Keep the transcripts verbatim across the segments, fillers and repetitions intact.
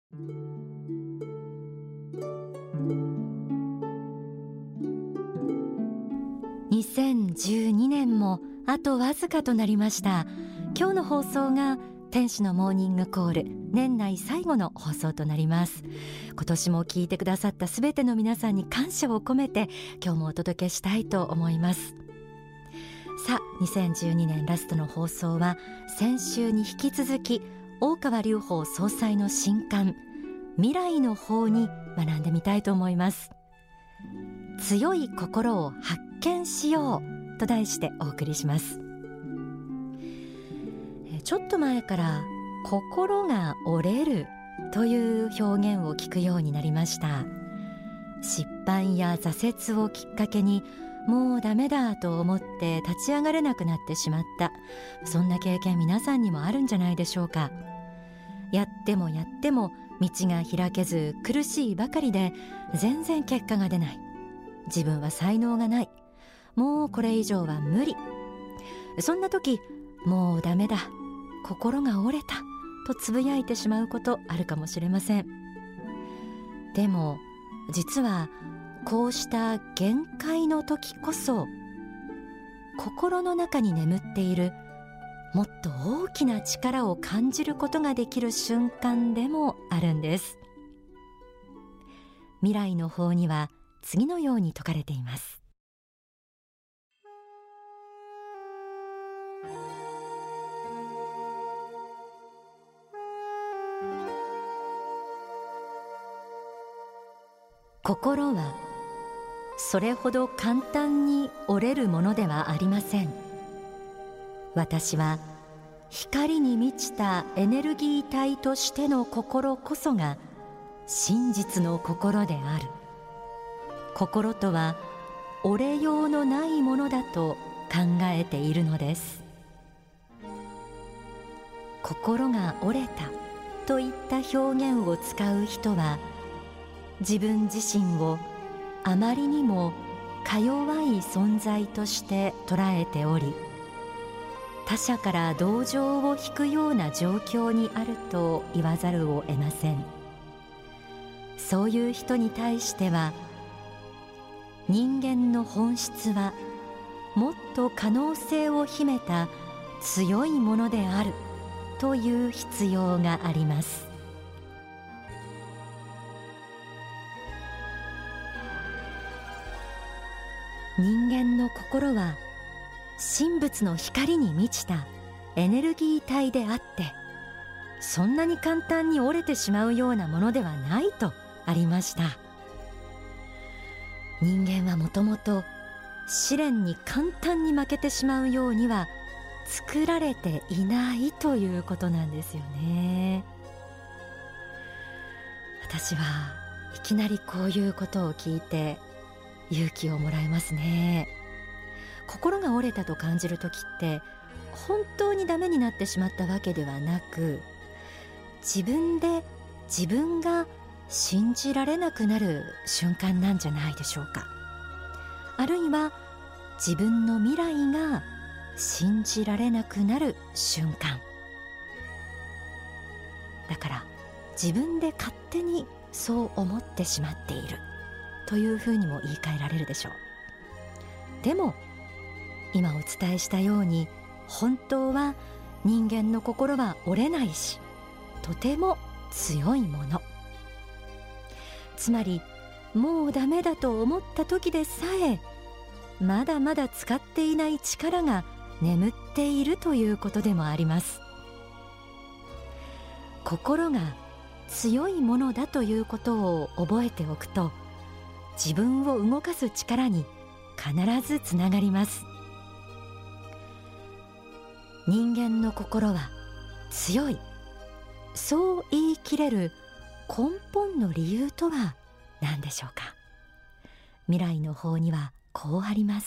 にせんじゅうにねんもあとわずかとなりました。今日の放送が天使のモーニングコール年内最後の放送となります。今年も聞いてくださったすべての皆さんに感謝を込めて今日もお届けしたいと思います。さあにせんじゅうにねんラストの放送は先週に引き続き大川隆法総裁の新刊未来の法に学んでみたいと思います。強い心を発見しようと題してお送りします。ちょっと前から心が折れるという表現を聞くようになりました。失敗や挫折をきっかけにもうダメだと思って立ち上がれなくなってしまった、そんな経験皆さんにもあるんじゃないでしょうか。やってもやっても道が開けず苦しいばかりで全然結果が出ない、自分は才能がない、もうこれ以上は無理、そんな時もうダメだ、心が折れたとつぶやいてしまうことあるかもしれません。でも実はこうした限界の時こそ心の中に眠っているもっと大きな力を感じることができる瞬間でもあるんです。未来の法には次のように説かれています。心はそれほど簡単に折れるものではありません。私は光に満ちたエネルギー体としての心こそが真実の心である。心とは折れようのないものだと考えているのです。心が折れたといった表現を使う人は自分自身をあまりにもか弱い存在として捉えており、他者から同情を引くような状況にあると言わざるを得ません。そういう人に対しては、人間の本質はもっと可能性を秘めた強いものであるという必要があります。人間の心は神仏の光に満ちたエネルギー体であって、そんなに簡単に折れてしまうようなものではないとありました。人間はもともと試練に簡単に負けてしまうようには作られていないということなんですよね。私はいきなりこういうことを聞いて勇気をもらえますね。心が折れたと感じる時って本当にダメになってしまったわけではなく、自分で自分が信じられなくなる瞬間なんじゃないでしょうか。あるいは自分の未来が信じられなくなる瞬間だから、自分で勝手にそう思ってしまっているというふうにも言い換えられるでしょう。でも今お伝えしたように、本当は人間の心は折れないし、とても強いもの。つまりもうダメだと思った時でさえまだまだ使っていない力が眠っているということでもあります。心が強いものだということを覚えておくと、自分を動かす力に必ずつながります。人間の心は強い、そう言い切れる根本の理由とは何でしょうか。未来の法にはこうあります。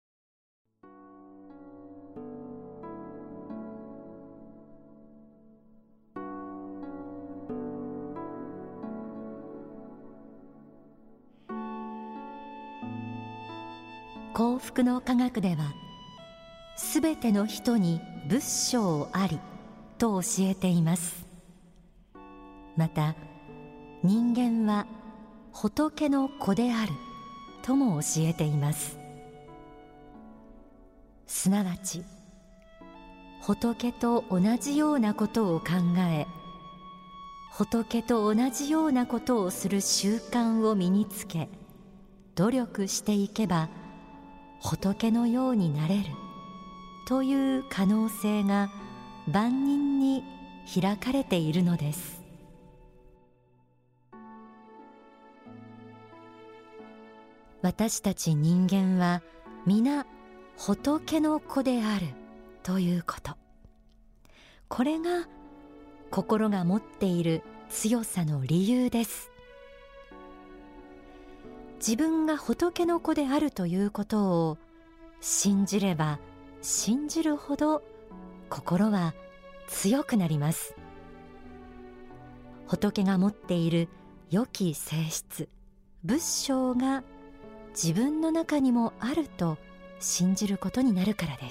幸福の科学では、すべての人に仏性ありと教えています。また人間は仏の子であるとも教えています。すなわち仏と同じようなことを考え、仏と同じようなことをする習慣を身につけ、努力していけば仏のようになれるという可能性が万人に開かれているのです。私たち人間は皆仏の子であるということ、これが心が持っている強さの理由です。自分が仏の子であるということを信じれば信じるほど心は強くなります。仏が持っている良き性質、仏性が自分の中にもあると信じることになるからです。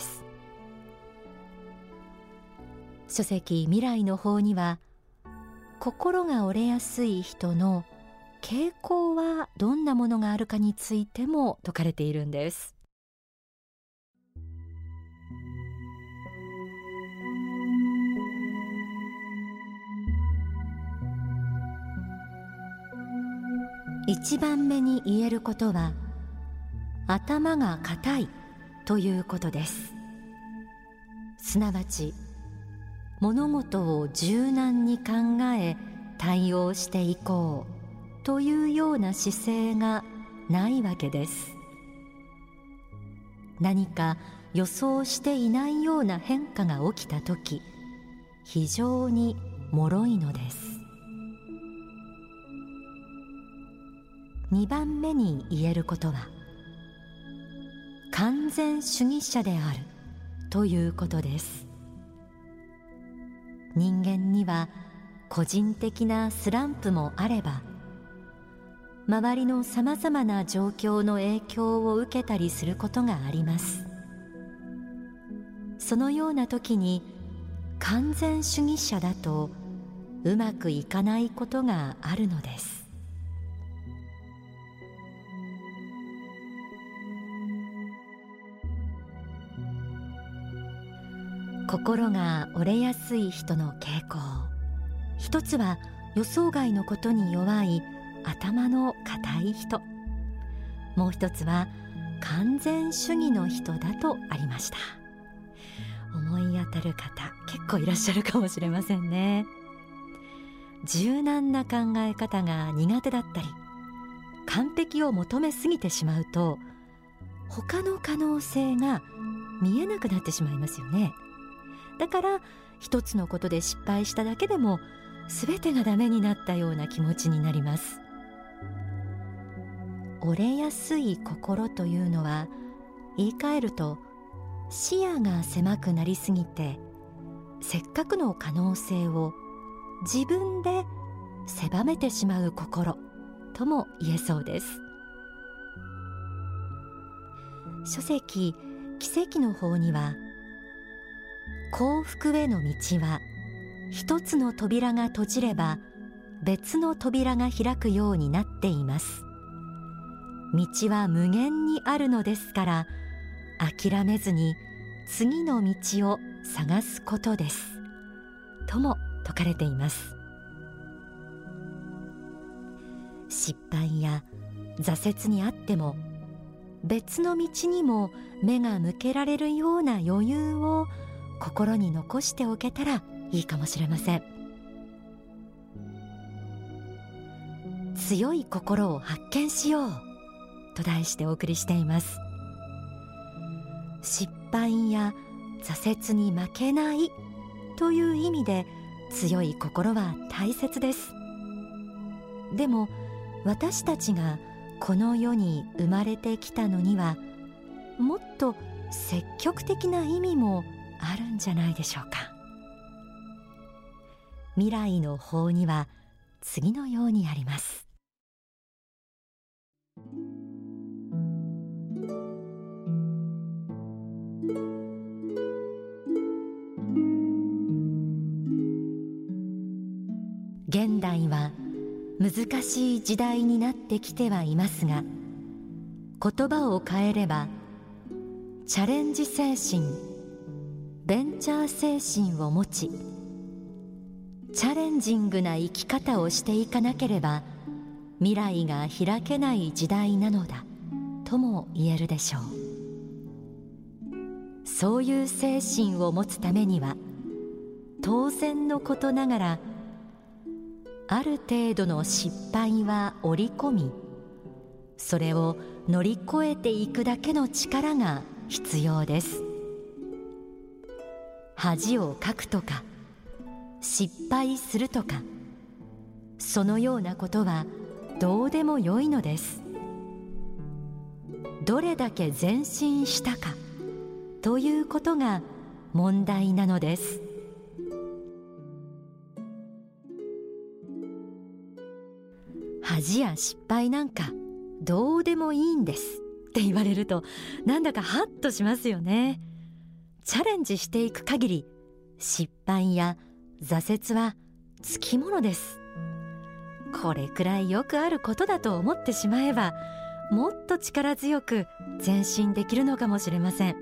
書籍未来の方には、心が折れやすい人の傾向はどんなものがあるかについても説かれているんです。一番目に言えることは、頭が固いということです。すなわち物事を柔軟に考え対応していこうというような姿勢がないわけです。何か予想していないような変化が起きたとき、非常に脆いのです。二番目に言えることは、完全主義者であるということです。人間には個人的なスランプもあれば、周りのさまざまな状況の影響を受けたりすることがあります。そのような時に完全主義者だとうまくいかないことがあるのです。心が折れやすい人の傾向、一つは予想外のことに弱い頭の固い人、もう一つは完全主義の人だとありました。思い当たる方結構いらっしゃるかもしれませんね。柔軟な考え方が苦手だったり、完璧を求めすぎてしまうと他の可能性が見えなくなってしまいますよね。だから一つのことで失敗しただけでも全てがダメになったような気持ちになります。折れやすい心というのは、言い換えると視野が狭くなりすぎて、せっかくの可能性を自分で狭めてしまう心とも言えそうです。書籍奇跡の方には、幸福への道は一つの扉が閉じれば別の扉が開くようになっています。道は無限にあるのですから、諦めずに次の道を探すことですとも説かれています。失敗や挫折にあっても、別の道にも目が向けられるような余裕を心に残しておけたらいいかもしれません。強い心を発見しようと題してお送りしています。失敗や挫折に負けないという意味で強い心は大切です。でも私たちがこの世に生まれてきたのには、もっと積極的な意味もあるんじゃないでしょうか。未来の法には次のようにあります。現代は難しい時代になってきてはいますが、言葉を変えればチャレンジ精神、ベンチャー精神を持ち、チャレンジングな生き方をしていかなければ未来が開けない時代なのだとも言えるでしょう。そういう精神を持つためには、当然のことながらある程度の失敗は織り込み、それを乗り越えていくだけの力が必要です。恥をかくとか失敗するとか、そのようなことはどうでもよいのです。どれだけ前進したかということが問題なのです。恥や失敗なんかどうでもいいんですって言われると、なんだかハッとしますよね。チャレンジしていく限り失敗や挫折はつきものです。これくらいよくあることだと思ってしまえば、もっと力強く前進できるのかもしれません。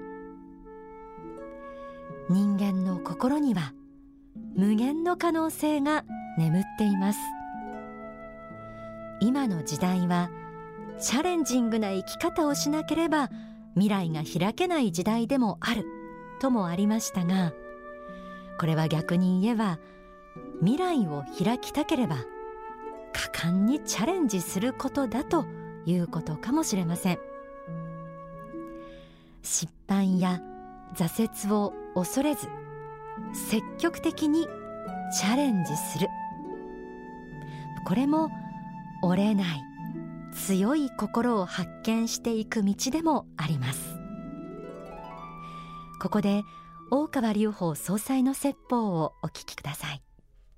人間の心には無限の可能性が眠っています。今の時代はチャレンジングな生き方をしなければ未来が開けない時代でもあるともありましたが、これは逆に言えば未来を開きたければ果敢にチャレンジすることだということかもしれません。失敗や挫折を恐れず積極的にチャレンジする、これも折れない強い心を発見していく道でもあります。ここで大川隆法総裁の説法をお聞きください。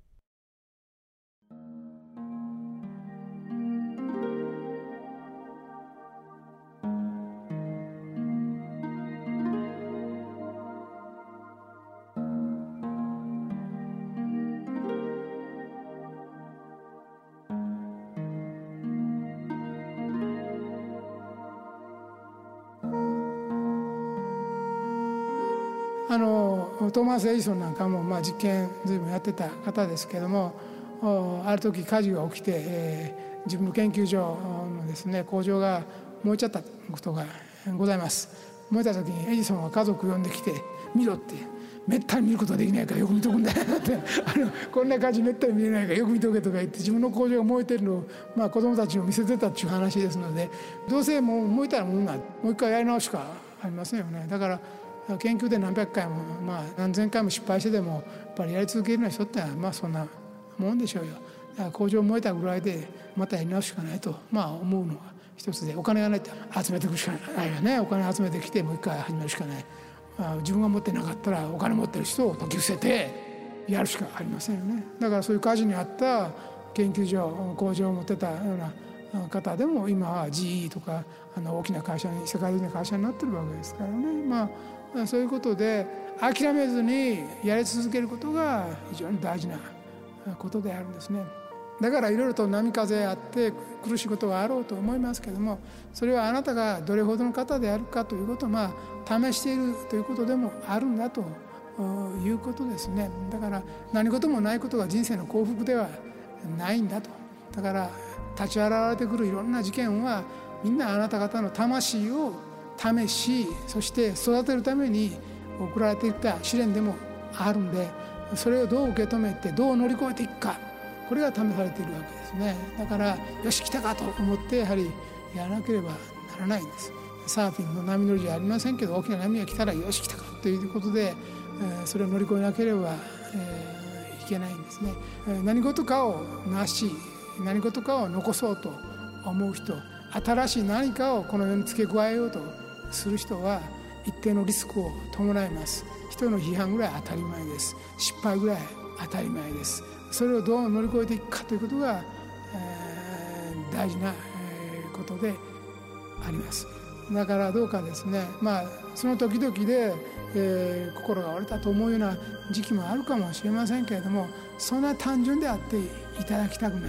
あのトーマス・エジソンなんかも、まあ、実験随分やってた方ですけれども、ある時火事が起きて、えー、自分の研究所のですね工場が燃えちゃったことがございます。燃えた時にエジソンは家族を呼んできて「見ろ」って「めったに見ることができないからよく見とくんだよ」ってあの「こんな火事めったに見れないからよく見とけ」とか言って、自分の工場が燃えてるのを、まあ、子供たちを見せてたっていう話ですので、どうせもう燃えたらもうなもう一回やり直しかありませんよね。だから研究で何百回も、まあ、何千回も失敗してでもやっぱりやり続けるような人ってのはまあそんなもんでしょうよ。だから工場燃えたぐらいでまたやり直すしかないと、まあ、思うのが一つで、お金がないと集めていくしかないよね。お金集めてきてもう一回始めるしかない。まあ、自分が持ってなかったらお金持ってる人を解き伏せてやるしかありませんよね。だからそういう火事にあった研究所工場を持ってたような方でも今は ジーイー とかあの大きな会社に世界的な会社になってるわけですからね。まあ、そういうことで諦めずにやり続けることが非常に大事なことであるんですね。だからいろいろと波風あって苦しいことはあろうと思いますけども、それはあなたがどれほどの方であるかということをまあ試しているということでもあるんだということですね。だから何事もないことが人生の幸福ではないんだと。だから立ち現れてくるいろんな事件はみんなあなた方の魂を試し、そして育てるために送られていった試練でもあるんで、それをどう受け止めてどう乗り越えていくか、これが試されているわけですね。だからよし来たかと思ってやはりやらなければならないんです。サーフィンの波乗りじゃありませんけど、大きな波が来たらよし来たかということで、えー、それを乗り越えなければ、えー、いけないんですね。何事かをなし、何事かを残そうと思う人、新しい何かをこの世に付け加えようとする人は一定のリスクを伴います。人の批判ぐらい当たり前です。失敗ぐらい当たり前です。それをどう乗り越えていくかということが、えー、大事な、えー、ことであります。だからどうかですね、まあその時々で、えー、心が折れたと思うような時期もあるかもしれませんけれども、そんな単純であっていただきたくない。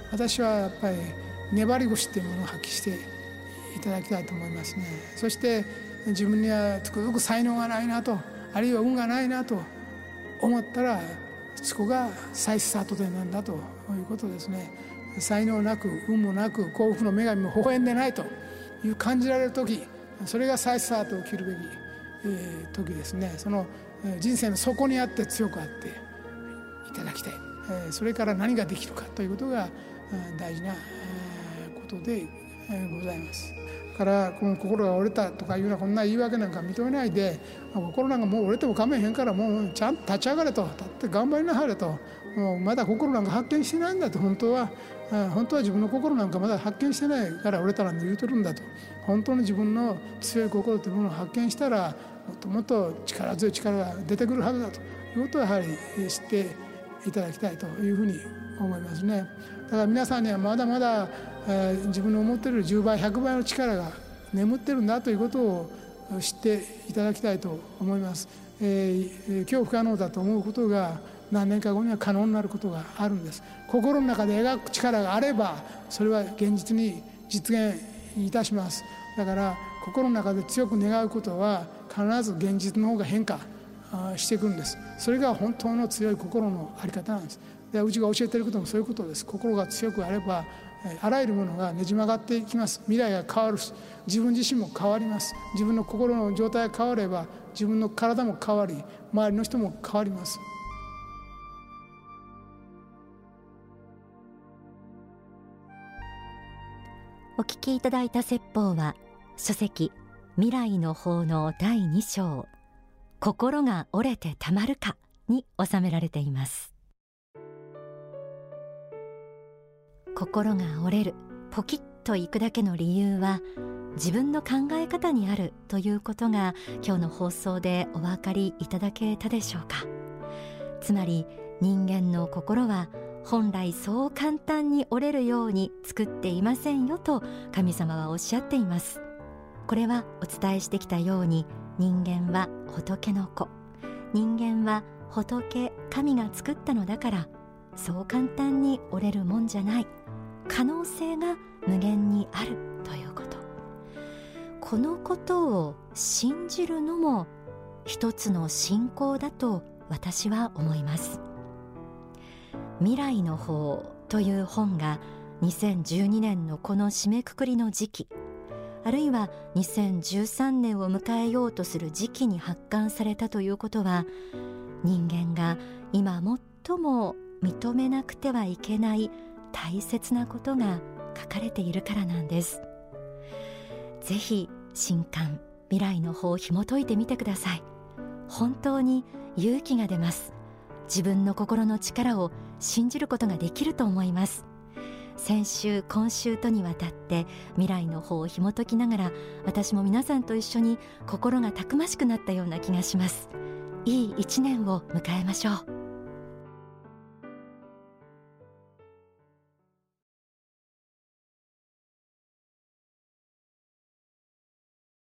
私はやっぱり粘り腰っていうものを発揮していただきたいと思いますね。そして自分にはつくづく才能がないなと、あるいは運がないなと思ったら、そこが再スタート点なんだということですね。才能なく運もなく幸福の女神も微笑んでないという感じられる時、それが再スタートを切るべき、えー、時ですね。その人生の底にあって強くあっていただきたい、えー、それから何ができるかということが大事なことでございます。だからこの心が折れたとかいうようなこんな言い訳なんか認めないで、心なんかもう折れても構えへんから、もうちゃんと立ち上がれと、立って頑張りなはれと、もうまだ心なんか発見してないんだと、本当は本当は自分の心なんかまだ発見してないから折れたなんて言うとるんだと、本当に自分の強い心というものを発見したら、もっともっと力強い力が出てくるはずだということをやはり知っていただきたいというふうに思いますね。だから皆さんにはまだまだ、えー、自分の思っているじゅうばいひゃくばいの力が眠ってるんだということを知っていただきたいと思います。えー、今日不可能だと思うことが何年か後には可能になることがあるんです。心の中で描く力があれば、それは現実に実現いたします。だから心の中で強く願うことは必ず現実の方が変化していくんです。それが本当の強い心の在り方なんです。で、うちが教えていることもそういうことです。心が強くあればあらゆるものがねじ曲がっていきます。未来が変わるし、自分自身も変わります。自分の心の状態が変われば自分の体も変わり、周りの人も変わります。 お聞きいただいた説法は書籍未来の法のだいに章、心が折れてたまるかに収められています。心が折れる、ポキッといくだけの理由は自分の考え方にあるということが今日の放送でお分かりいただけたでしょうか。つまり人間の心は本来そう簡単に折れるように作っていませんよと神様はおっしゃっています。これはお伝えしてきたように、人間は仏の子、人間は仏神が作ったのだから、そう簡単に折れるもんじゃない、可能性が無限にあるということ。このことを信じるのも一つの信仰だと私は思います。未来の法という本がにせんじゅうにねんのこの締めくくりの時期、あるいはにせんじゅうさんねんを迎えようとする時期に発刊されたということは、人間が今最も認めなくてはいけない大切なことが書かれているからなんです。ぜひ新刊未来の法を紐解いてみてください。本当に勇気が出ます。自分の心の力を信じることができると思います。先週今週とにわたって未来の法を紐解きながら、私も皆さんと一緒に心がたくましくなったような気がします。いい一年を迎えましょう。